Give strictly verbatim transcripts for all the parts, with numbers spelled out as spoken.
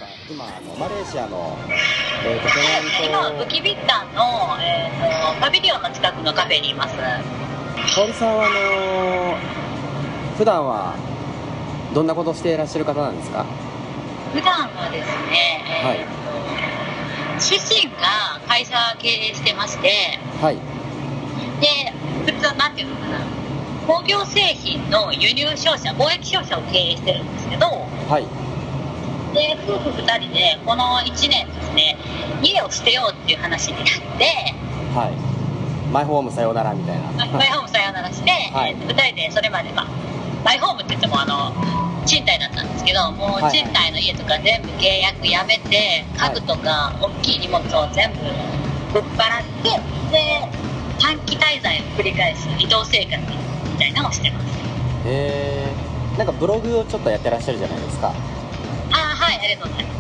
さん、今あのマレーシアの、えー、とテ今ナントブキビッタンの、えー、とパビリオンの近くのカフェにいます。 香織さんはあのー、普段はどんなことをしていらっしゃる方なんですか？ 普段はですね、えーと主人が会社経営してまして、 はい。 で普通なんていうのかな、工業製品の輸入商社、貿易商社を経営してるんですけど、 はい。 で夫婦ふたりでこのいちねんですね、家を捨てようっていう話になって、 はい。マイホームさよならみたいな。 マイホームさよならして、 はいえー、ふたりでそれまで、まあ、マイホームって言ってもあの賃貸だったんですけど、もうはいはい賃貸の家とか全部契約やめて、家具とか大きい荷物を全部ぶっ払って、で短期滞在を繰り返す移動生活みたいなのをしてます。 へえ。なんかブログをちょっとやってらっしゃるじゃないですか。 ああ、はい、ありがとうございます。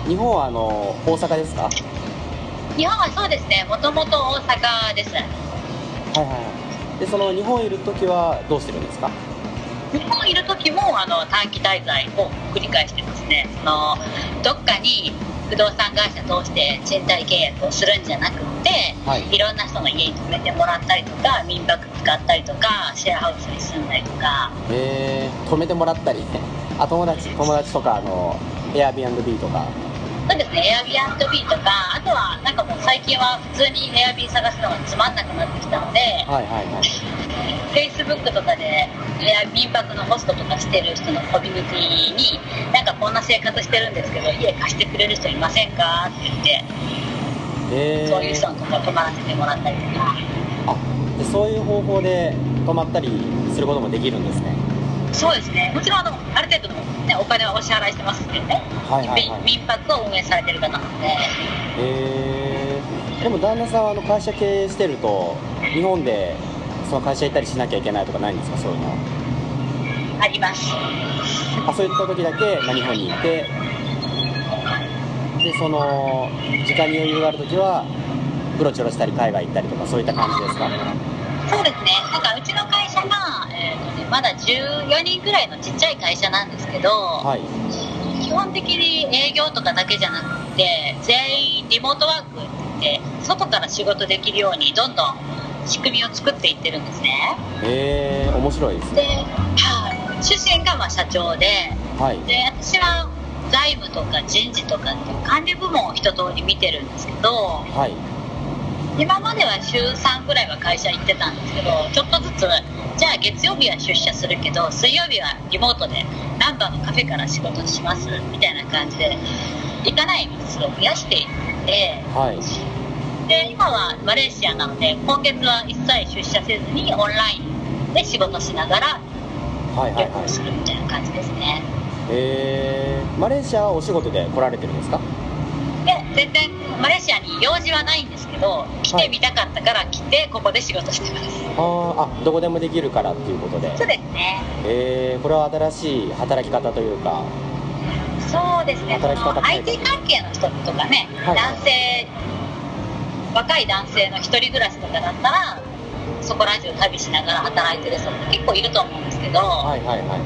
日本はあの大阪ですか？ 日本はそうですね、もともと大阪です。 はいはいはい。でその日本いるときはどうしてるんですか？ 日本いる時もあの短期滞在を繰り返してますね。そのどっかに不動産会社通して賃貸契約をするんじゃなくて、はい、いろんな人の家に泊めてもらったりとか、民泊使ったりとか、シェアハウスに住んだりとか。 へえ、泊めてもらったりあ、友達友達とかあの Airbnb とか。 そうですね、Airbnb とか、あとはなんかもう最近は普通に Airbnb 探すのがつまんなくなってきたので、はいはいはい、Facebook とかで民泊のホストとかしてる人のコミュニティに、なんかこんな生活してるんですけど家貸してくれる人いませんかって言って、えー、そういう人のところ泊まらせてもらったりとか。 あ、でそういう方法で泊まったりすることもできるんですね。 そうですね、もちろんあのある程度の、ね、お金はお支払いしてますけどね、はいはいはい、民泊を運営されてる方なので。 へー。でも旦那さんはあの会社経営してると日本でその会社行ったりしなきゃいけないとかないんですか？そういうのあります。 あ、そういった時だけ、まあ、日本に行って、でその時間に余裕がある時はブロチョロしたり海外行ったりとか、そういった感じですか？ そうですね、なんかうちの会社が、えーとね、まだじゅうよにんぐらいのちっちゃい会社なんですけど、はい、基本的に営業とかだけじゃなくて全員リモートワークって言って外から仕事できるようにどんどん仕組みを作っていってるんですね。 へえー、面白いですね。 で、はい、主人がまあ社長で、はい、で私は財務とか人事とかっていう管理部門を一通り見てるんですけど、はい、今までは週さんぐらいは会社行ってたんですけど、ちょっとずつじゃあ月曜日は出社するけど水曜日はリモートでナンバーのカフェから仕事しますみたいな感じで行かない日数を増やしていって、はい、で今はマレーシアなので今月は一切出社せずにオンラインで仕事しながら旅行するみたいな感じですね。 へー。マレーシアはお仕事で来られてるんですか？ いや、全然マレーシアに用事はないんですけど、来てみたかったから来てここで仕事してます。 ああ、どこでもできるからっていうことで。 そうですね。 えー、これは新しい働き方というか。 そうですね、その アイティー 関係の人とかね、はい、男性若い男性の一人暮らしとかだったらそこら中旅しながら働いてる人って結構いると思うんですけど、はいはいはい、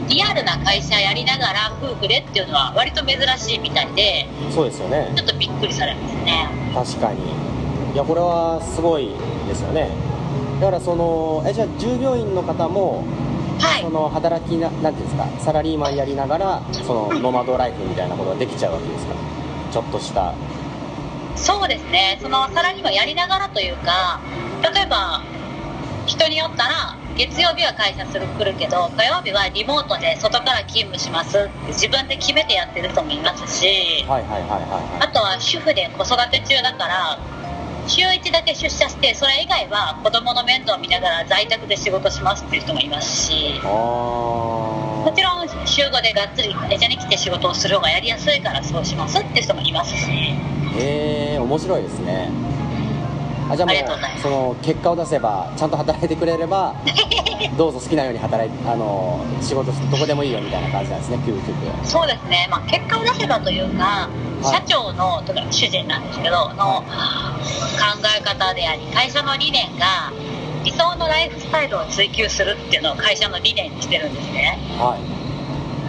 リアルな会社やりながら夫婦でっていうのは割と珍しいみたいで。そうですよね。ちょっとびっくりされますね。確かに。いや、これはすごいですよね。だからそのえじゃあ従業員の方も、はい、その働きななんていうんですか、サラリーマンやりながらそのノマドライフみたいなことができちゃうわけですか？ちょっとした。そうですね、そのサラリーマンやりながらというか、例えば人によったら月曜日は会社する来るけど火曜日はリモートで外から勤務しますって自分で決めてやってる人もいますし、はいはいはいはい、あとは主婦で子育て中だから週いちだけ出社してそれ以外は子供の面倒を見ながら在宅で仕事しますっていう人もいますし、もちろん週ごでがっつり会社に来て仕事をする方がやりやすいからそうしますっていう人もいますし。へえー、面白いですね。あ、じゃあもうその結果を出せばちゃんと働いてくれればどうぞ好きなように働いあの仕事してどこでもいいよみたいな感じなんですね、究極。そうですね、まあ、結果を出せばというか、はい、社長のとか主人なんですけどの、はい、考え方であり会社の理念が理想のライフスタイルを追求するっていうのを会社の理念にしてるんですね。はい。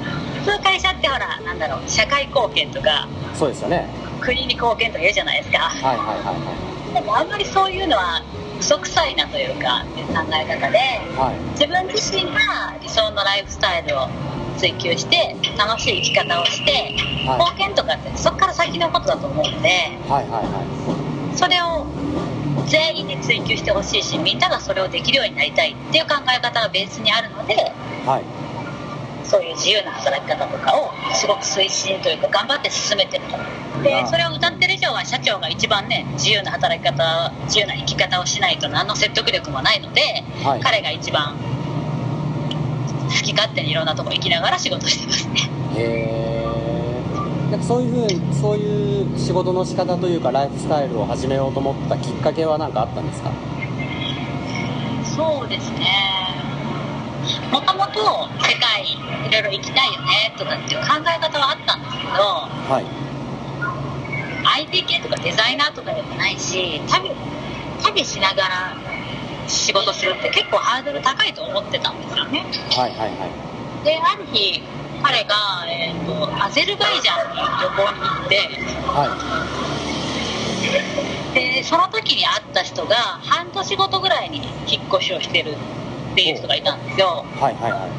通会社ってほらなんだろう社会貢献とかそうですよね、 国に貢献とか言うじゃないですか。 はいはいはいはい。 でもあんまりそういうのは嘘くさいなというかっていう考え方で、 はい、 自分自身が理想のライフスタイルを追求して楽しい生き方をして、はい、貢献とかってそこから先のことだと思うので、はいはいはい、それを全員に追求してほしいし、みんながそれをできるようになりたいっていう考え方がベースにあるので、はい、そういう自由な働き方とかをすごく推進というか頑張って進めてると。でそれを歌ってる以上は社長が一番ね自由な働き方自由な生き方をしないと何の説得力もないので、はい、彼が一番好き勝手にいろんなところ行きながら仕事してますね。へー、なんかそういうふうにそういう仕事の仕方というかライフスタイルを始めようと思ったきっかけは何かあったんですか？ そうですね、もともと世界いろいろ行きたいよねとかっていう考え方はあったんですけど、はい、アイティー 系とかデザイナーとかでもないし、旅旅しながら仕事するって結構ハードル高いと思ってたんですよね。はいはいはい。である日彼が、えーと、アゼルバイジャンに旅行に行って、はい、でその時に会った人が半年ごとぐらいに引っ越しをしてるっていう人がいたんですよ。はいはいはい。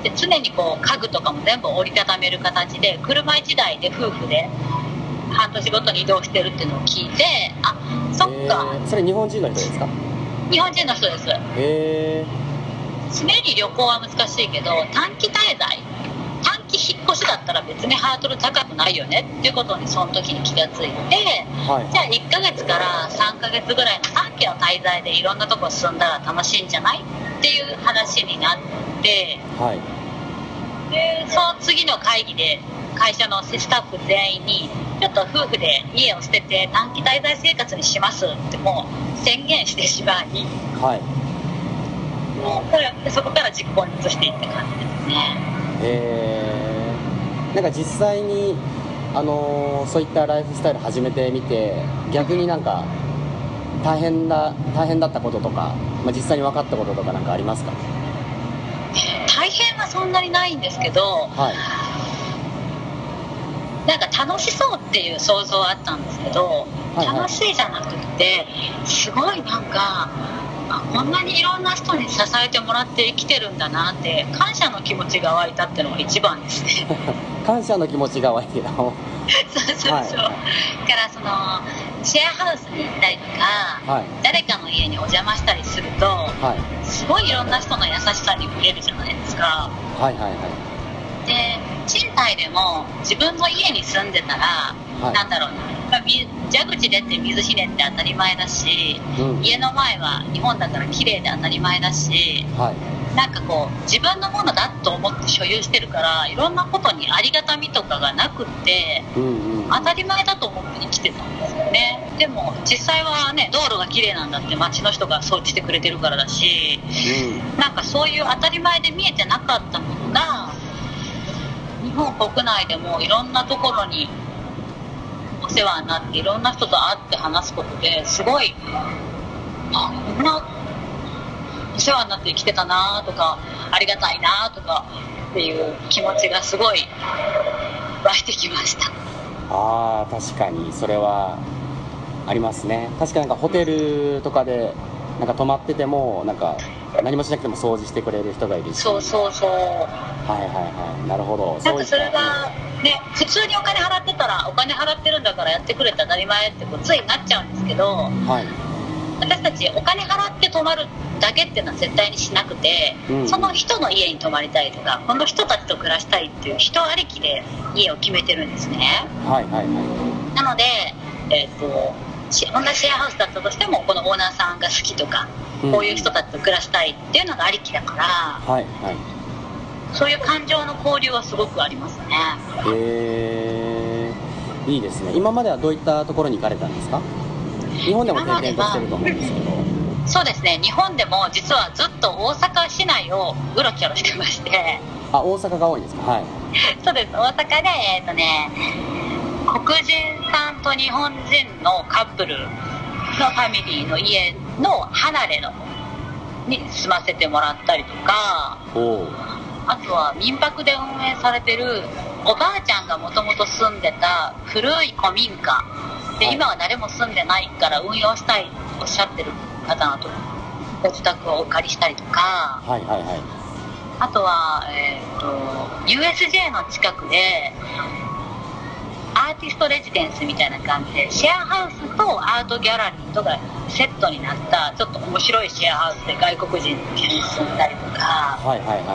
で常にこう家具とかも全部折りたためる形で車いちだいで夫婦で半年ごとに移動してるっていうのを聞いて、あ、そっか。 それ日本人の人ですか？ 日本人の人です。へー。常に旅行は難しいけど短期滞在短期引っ越しだったら別にハードル高くないよねっていうことにその時に気がついて、はい、じゃあいっかげつからさんかげつぐらいの短期の滞在でいろんなとこ進んだら楽しいんじゃないっていう話になって、はい、でその次の会議で会社のスタッフ全員にちょっと夫婦で家を捨てて短期滞在生活にしますってもう宣言してしまい、はい、もうそれそこから実行に移していった感じですね。 えー、なんか実際に、あのー、そういったライフスタイル始めてみて逆になんか大変だ大変だったこととか、まあ、実際に分かったこととかなんかありますか？ 大変はそんなにないんですけど、はい、なんか楽しそうっていう想像はあったんですけど、はいはい、楽しいじゃなくてすごいなんかこんなにいろんな人に支えてもらって生きてるんだなって感謝の気持ちが湧いたっていうのが一番ですね。 感謝の気持ちが湧いてるそうそうそう、はい、からそのシェアハウスに行ったりとか、はい、誰かの家にお邪魔したりすると、はい、すごいいろんな人の優しさに触れるじゃないですか。はいはいはい。で賃貸でも自分の家に住んでたら、はい、なんだろうな、まあ、蛇口出て水ひねって当たり前だし、うん、家の前は日本だから綺麗で当たり前だし、はい、なんかこう自分のものだと思って所有してるからいろんなことにありがたみとかがなくって、うんうんうん、当たり前だと思って生きてたんですよね。でも実際はね道路が綺麗なんだって街の人が掃除してくれてるからだし、うん、なんかそういう当たり前で見えてなかったものが日本国内でもいろんなところにお世話になっていろんな人と会って話すことですごいあこんなお世話になって生きてたなとかありがたいなとかっていう気持ちがすごい湧いてきました。 あー確かにそれはありますね。確かになんかホテルとかでなんか泊まっててもなんか何もしなくても掃除してくれる人がいるし、 そうそうそう、はいはいはい、なるほど。 なんかそれがね普通にお金払ってたらお金払ってるんだからやってくれて当たり前ってこうついなっちゃうんですけど、はい、私たちお金払って泊まるだけっていうのは絶対にしなくて、うん、その人の家に泊まりたいとかこの人たちと暮らしたいっていう人ありきで家を決めてるんですね。はいはいはい。なので、えーと、同じシェアハウスだったとしてもこのオーナーさんが好きとか、うん、こういう人たちと暮らしたいっていうのがありきだから、はいはい、そういう感情の交流はすごくありますね。 へー、いいですね。今まではどういったところに行かれたんですか？日本でも転々としてると思うんですけど。 そうですね、日本でも実はずっと大阪市内をうろちょろしてまして。 あ、大阪が多いんですか？はい。 そうです、大阪でえっとね黒人さんと日本人のカップルのファミリーの家の離れのに住ませてもらったりとか、おあとは民泊で運営されてるおばあちゃんがもともと住んでた古い古民家で、はい、今は誰も住んでないから運用したいとおっしゃってる方のご自宅をお借りしたりとか、 はいはいはい、 あとは、えー、と ユーエスジェー の近くでアーティストレジデンスみたいな感じでシェアハウスとアートギャラリーとがセットになったちょっと面白いシェアハウスで外国人に住んだりとか、 はいはいはい、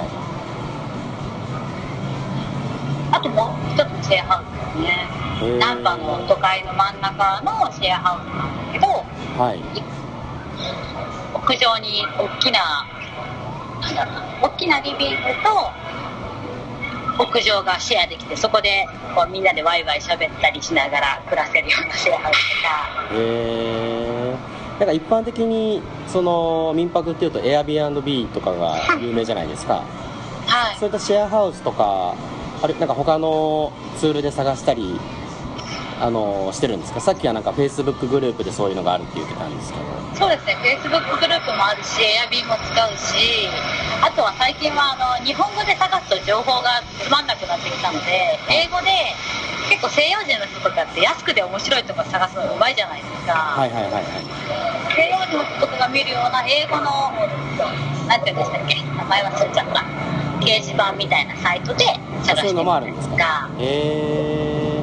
あともう一つのシェアハウスですね。難波の都会の真ん中のシェアハウスなんだけど、 はい、 屋上に大きな、なんだろうな、大きなリビングと屋上がシェアできて、そこでこうみんなでワイワイ喋ったりしながら暮らせるようなシェアハウスとか。 へー、なんか一般的にその民泊っていうと Airbnb とかが有名じゃないですか。 はい、 そういったシェアハウスとかあれなんか他のツールで探したりあのしてるんですか？さっきはなんか Facebook グループでそういうのがあるって言ってたんですけど。 そうですね、Facebook グループもあるし Airb も使うし、あとは最近はあの日本語で探すと情報がつまんなくなってきたので、英語で結構西洋人の人とかって安くて面白いとこ探すのうまいじゃないですか。 はいはいはいはい。 西洋人の人とかが見るような英語のなんていうんでしたっけ、名前忘れちゃった、掲示板みたいなサイトで探してみたりとか。 へ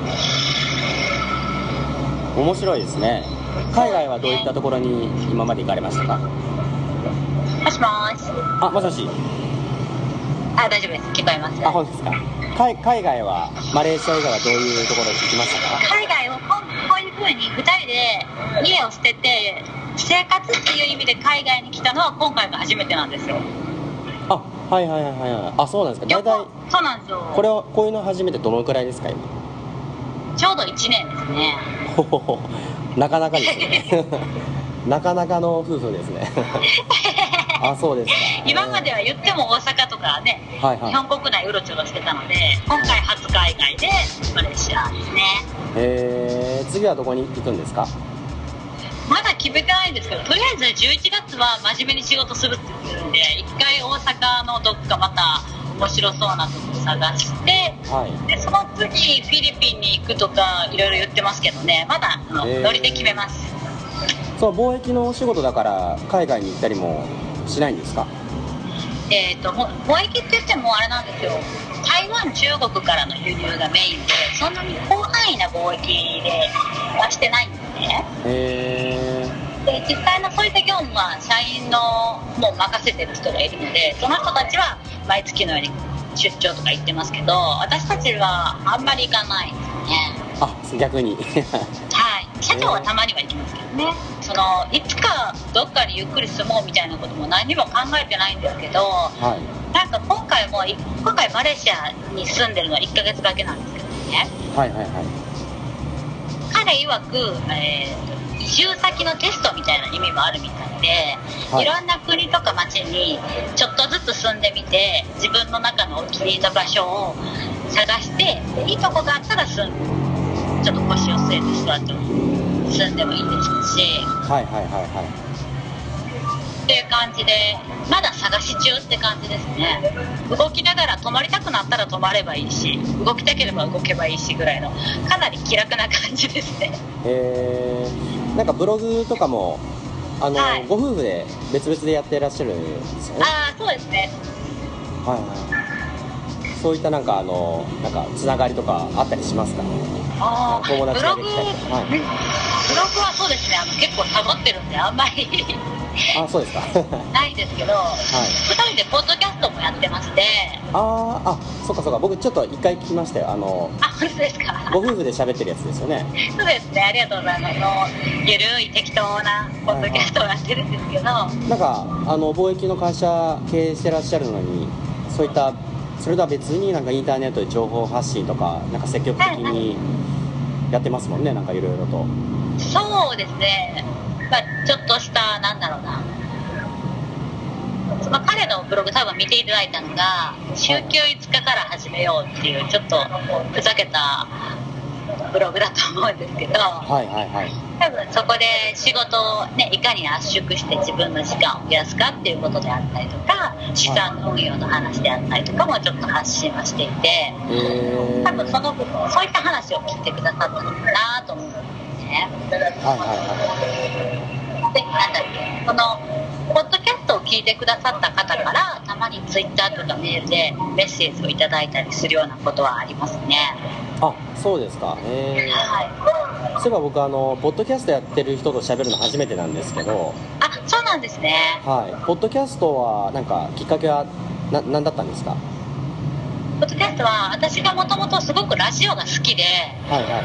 ー、面白いですね。海外はどういったところに今まで行かれましたか？ もしもーし。 あ、もしもし。 あ、大丈夫です、聞こえます。 あ、本当ですか。海, 海外はマレーシア以外はどういうところに行きましたか？ 海外をこういう風にふたりで家を捨てて生活っていう意味で海外に来たのは今回が初めてなんですよ。 あ、はいはいはいはい。あ、そうなんですか。大体そうなんですよ。 これはこういうの初めてどのくらいですか今？ ちょうどいちねんですね。 ほほほ、なかなかですね。なかなかの夫婦ですね。あ、そうですか。 今までは言っても大阪とかね、はいはい、日本国内うろちょろしてたので、今回初海外でマレーシアですね。 へー、次はどこに行くんですか？ まだ決めてないんですけど、とりあえずじゅういちがつは真面目に仕事するって言ってるんで、一回大阪のどっかまた面白そうなとこ探して、はい、でその次フィリピンに行くとかいろいろ言ってますけどね、まだノリで決めます。 そう、貿易のお仕事だから海外に行ったりもしないんですか？ えーと、も貿易って言ってもあれなんですよ、台湾、中国からの輸入がメインで、そんなに広範囲な貿易ではしてないんですね。 へー。 で実際のそういった業務は社員のもう任せてる人がいるので、その人たちは毎月のように出張とか行ってますけど、私たちはあんまり行かないですね。 あ、逆に。 はい、社長はたまには行きますけどね。そのいつかどっかにゆっくり住もうみたいなことも何も考えてないんですけど、はい、なんか今回も今回マレーシアに住んでるのはいっかげつだけなんですけどね。はいはいはい。彼曰く、えー、移住先のテストみたいな意味もあるみたいで、はい、いろんな国とか町にちょっとずつ住んでみて、自分の中のお気に入りの場所を探して、いいとこがあったら住んで、ちょっと腰を据えて座って住んでもいいですし、はいはいはいはい、っていう感じで、まだ探し中って感じですね。動きながら泊まりたくなったら泊まればいいし、動きたければ動けばいいしぐらいの、かなり気楽な感じですね。 へー、なんかブログとかもあの、はい、ご夫婦で別々でやっていらっしゃるんですよね。 ああ、そうですね。 はいはい。そういったなんかあのなんかつながりとかあったりしますかね？ ああ、友達ができたりとか。はい、ブログはそうですね、あの結構サボってるんであんまりあ、そうですか。 ないですけど、はい、ふたりでポッドキャストもやってまして。 ああ、そうかそうか、僕ちょっと一回聞きましたよ。あのあ、本当ですか。 ご夫婦で喋ってるやつですよね。 そうですね、ありがとうございます。のゆるい適当なポッドキャストをやってるんですけど、はいはい、 なんかあの貿易の会社経営してらっしゃるのに、そういったそれとは別になんかインターネットで情報発信とかなんか積極的にやってますもんね、なんかいろいろと。 そうですね、まあ、ちょっとしたなんだろうな、その彼のブログ多分見ていただいたのが、週休いつかから始めようっていうちょっとふざけたブログだと思うんですけど、はいはいはい、 多分そこで仕事を、ね、いかに圧縮して自分の時間を増やすかっていうことであったりとか、資産運用の話であったりとかもちょっと発信はしていて、多分その部分そういった話を聞いてくださったのかなと思うんですね。 はいはいはい。 で、なんだっけ、このポッドキャストを聞いてくださった方からたまにツイッターとかメールでメッセージをいただいたりするようなことはありますね。 あ、そうですか。へえ。 はい。 そういえば僕あのポッドキャストやってる人と喋るの初めてなんですけど。 あ、そうなんですね。 はい。ポッドキャストはなんかきっかけはな何だったんですか？ ポッドキャストは私がもともとすごくラジオが好きで、 はいはい。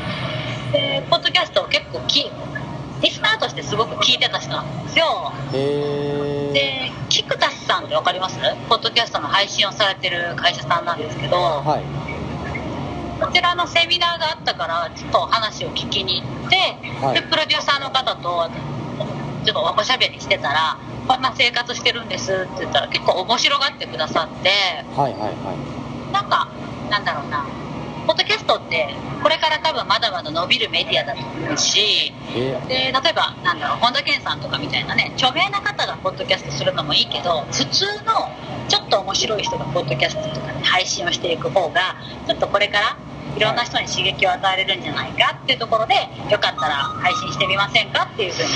でポッドキャストを結構きリスナーとしてすごく聞いてた人なんですよ。 へー。 で、キクタスさんってわかります？ポッドキャストの配信をされてる会社さんなんですけど、 はい。 こちらのセミナーがあったからちょっと話を聞きに行って、はい、でプロデューサーの方とちょっとおしゃべりしてたら、こんな生活してるんですって言ったら結構面白がってくださって、 はいはいはい。 なんかなんだろうな、ポッドキャストってこれから多分まだまだ伸びるメディアだと思うし、 えー、 で例えばなんだろう、本田健さんとかみたいなね、著名な方がポッドキャストするのもいいけど、普通のちょっと面白い人がポッドキャストとかで配信をしていく方がちょっとこれからいろんな人に刺激を与えれるんじゃないかっていうところで、よかったら配信してみませんかっていうふうに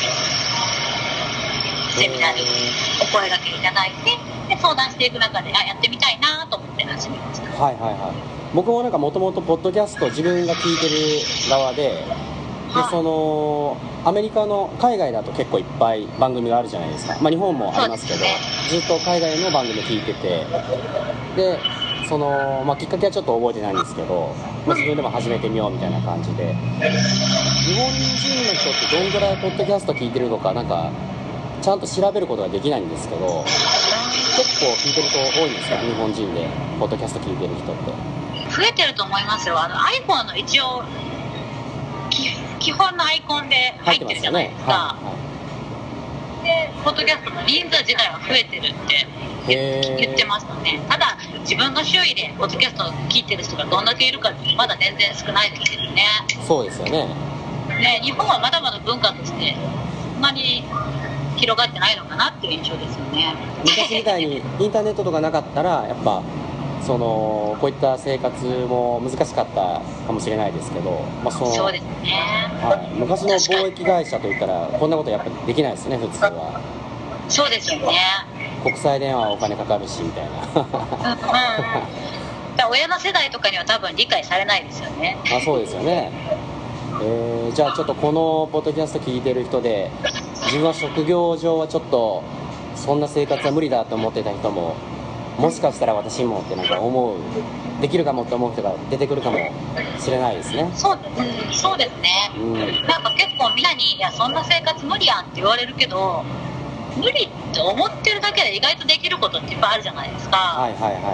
セミナーにお声掛けいただいて、で相談していく中で、あ、やってみたいなと思って始めました。 はいはいはい。僕もなんかもともとポッドキャスト自分が聞いてる側で、でそのアメリカの海外だと結構いっぱい番組があるじゃないですか、まあ、日本もありますけど、ずっと海外の番組聞いてて、でその、まあ、きっかけはちょっと覚えてないんですけど、まあ、自分でも始めてみようみたいな感じで、日本人の人ってどんぐらいポッドキャスト聞いてるのかなんかちゃんと調べることができないんですけど、結構聞いてる人多いんですか？日本人でポッドキャスト聞いてる人って増えてると思いますよ。あの iPhone の一応基本のアイコンで入ってるじゃないですか。はいはい、でポッドキャストの人数自体は増えてるって言ってましたね。ただ自分の周囲でポッドキャストを聞いてる人がどんだけいるかってまだ全然少ないですけどね。 そうですよね。 で日本はまだまだ文化としてそんなに広がってないのかなっていう印象ですよね。 昔みたいにインターネットとかなかったらやっぱそのこういった生活も難しかったかもしれないですけど、まあ、そのそうですね、 はい、昔の貿易会社といったらこんなことやっぱできないですね、普通は。 そうですよね。 国際電話はお金かかるしみたいなうん、うん、 だ親の世代とかには多分理解されないですよね。 あ、そうですよね。えー、じゃあちょっとこのポッドキャスト聞いてる人で自分は職業上はちょっとそんな生活は無理だと思ってた人も、もしかしたら私もってなんか思う、できるかもって思う人が出てくるかもしれないですね。 そう、うん、そうですね、うん、なんか結構みんなにいやそんな生活無理やんって言われるけど、無理って思ってるだけで意外とできることっていっぱいあるじゃないですか。 はいはいはいはいはい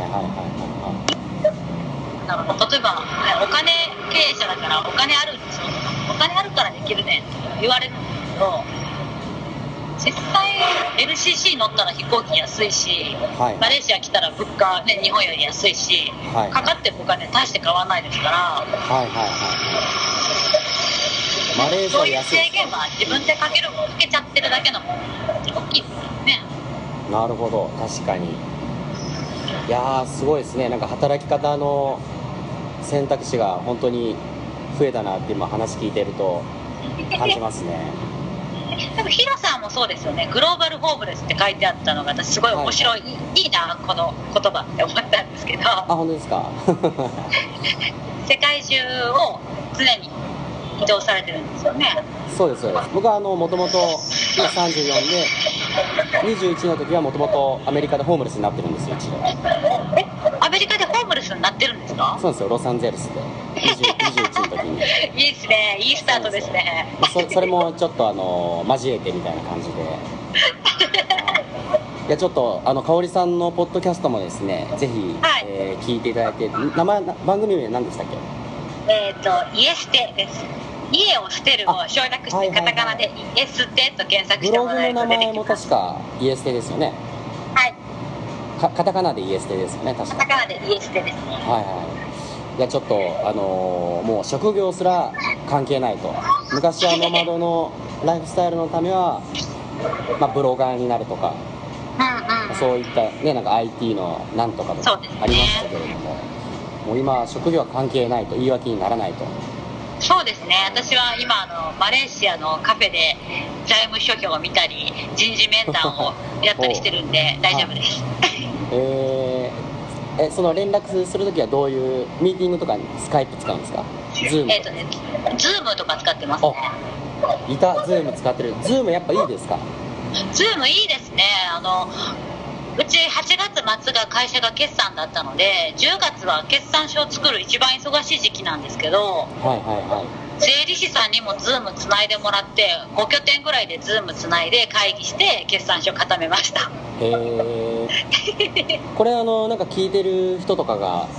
はい。例えば、ね、お金経営者だからお金あるんでしょとか、お金あるからできるねって言われるんですけど、実際 エルシーシー 乗ったら飛行機安いし、はい、マレーシア来たら物価、ね、日本より安いし、はい、かかってるお金大して変わらないですから、はいはいはい、マレーシアそういう制限は自分でかけるかけちゃってるだけのも大きいですよね。 なるほど、確かに。いやーすごいですね。なんか働き方の選択肢が本当に増えたなって今話聞いてると感じますね。 多分ヒロさんもそうですよね。グローバルホームレスって書いてあったのが私すごい面白い、はい、いいなこの言葉って思ったんですけど。あ、 本当ですか世界中を常に移動されてるんですよね。 そうですそうです。僕はもともと今さんじゅうよんでにじゅういちの時はもともとアメリカでホームレスになってるんですよ。一度えアメリカでホームレスになってるんですか？ そうですよ、ロサンゼルスでにじゅういちの時にいいですね、いいスタートですね。 まあ、そ, それもちょっとあの交えてみたいな感じでいやちょっとあの香織さんのポッドキャストもですねぜひ、はい、えー、聞いていただいて、名前番組名何でしたっけ？ えっ、ー、とイエステです。家を捨てるを省略してカタカナでイエステと検索してもらえると出てきます。ブログの名前も確かイエステですよね。 はい。 かカタカナでイエステですよね、確か。 カタカナでイエステですね。 はいはい。いやちょっとあのー、もう職業すら関係ないと。 昔はノマドのライフスタイルのためは、まあ、ブロガーになるとか、 うんうん、 そういったね、なんか アイティー のなんとかとかありましたけれども、もう今は職業は関係ないと、言い訳にならないと。 そうですね、私は今あのマレーシアのカフェで財務諸表を見たり人事面談をやったりしてるんで大丈夫です。 えー、えその連絡するときはどういうミーティングとかにスカイプ使うんですか？ズーム？ えっとね、ズームとか使ってますね。 いた、ズーム使ってる。ズームやっぱいいですか？ ズームいいですね。あのうちはちがつまつが会社が決算だったので、じゅうがつは決算書を作る一番忙しい時期なんですけど、はいはいはい、 税理士さんにもズームつないでもらってご拠点ぐらいでズームつないで会議して決算書固めました。 へえ。これあのなんか聞いてる人とかが、はい、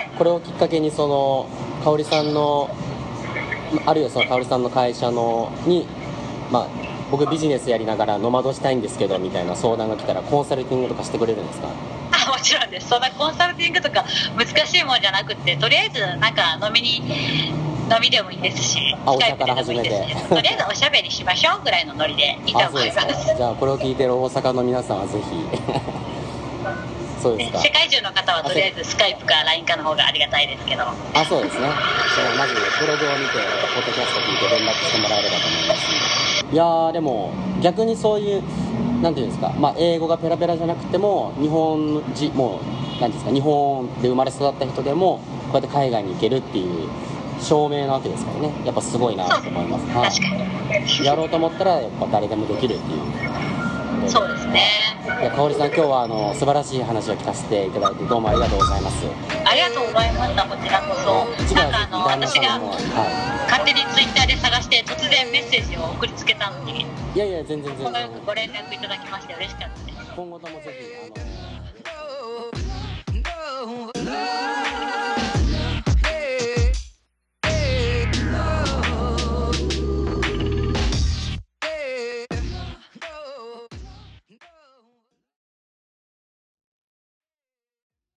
これをきっかけにその香織さんのあるいはその香織さんの会社のにまあ僕ビジネスやりながらノマドしたいんですけどみたいな相談が来たらコンサルティングとかしてくれるんですか？ あ、もちろんです。そんなコンサルティングとか難しいもんじゃなくて、とりあえずなんか飲みに飲みでもいいですし、 スカイプでもいいですし、 とりあえずおしゃべりしましょうぐらいのノリでいいと思います。 じゃあこれを聞いてる大阪の皆さんはぜひそうですか。 世界中の方はとりあえずスカイプか ライン かの方がありがたいですけど。 あ、そうですね。そのまずブログを見てポッドキャスト聞いて連絡してもらえればと思います。いやーでも逆にそういうなんていうんですか、まあ、英語がペラペラじゃなくても日本人もうなんですか日本で生まれ育った人でもこうやって海外に行けるっていう証明なわけですからね。やっぱすごいなと思います。はい、 確かにやろうと思ったらやっぱ誰でもできるっていう。 そうですね。 いや香織さん今日はあの素晴らしい話を聞かせていただいてどうもありがとうございます。 ありがとうございました。こちらこそ。なんかあの私が勝手にツイッターで探して突然メッセージを送りつけたのに、 いやいや全然全然ご連絡いただきまして嬉しかったです。 今後ともぜひあの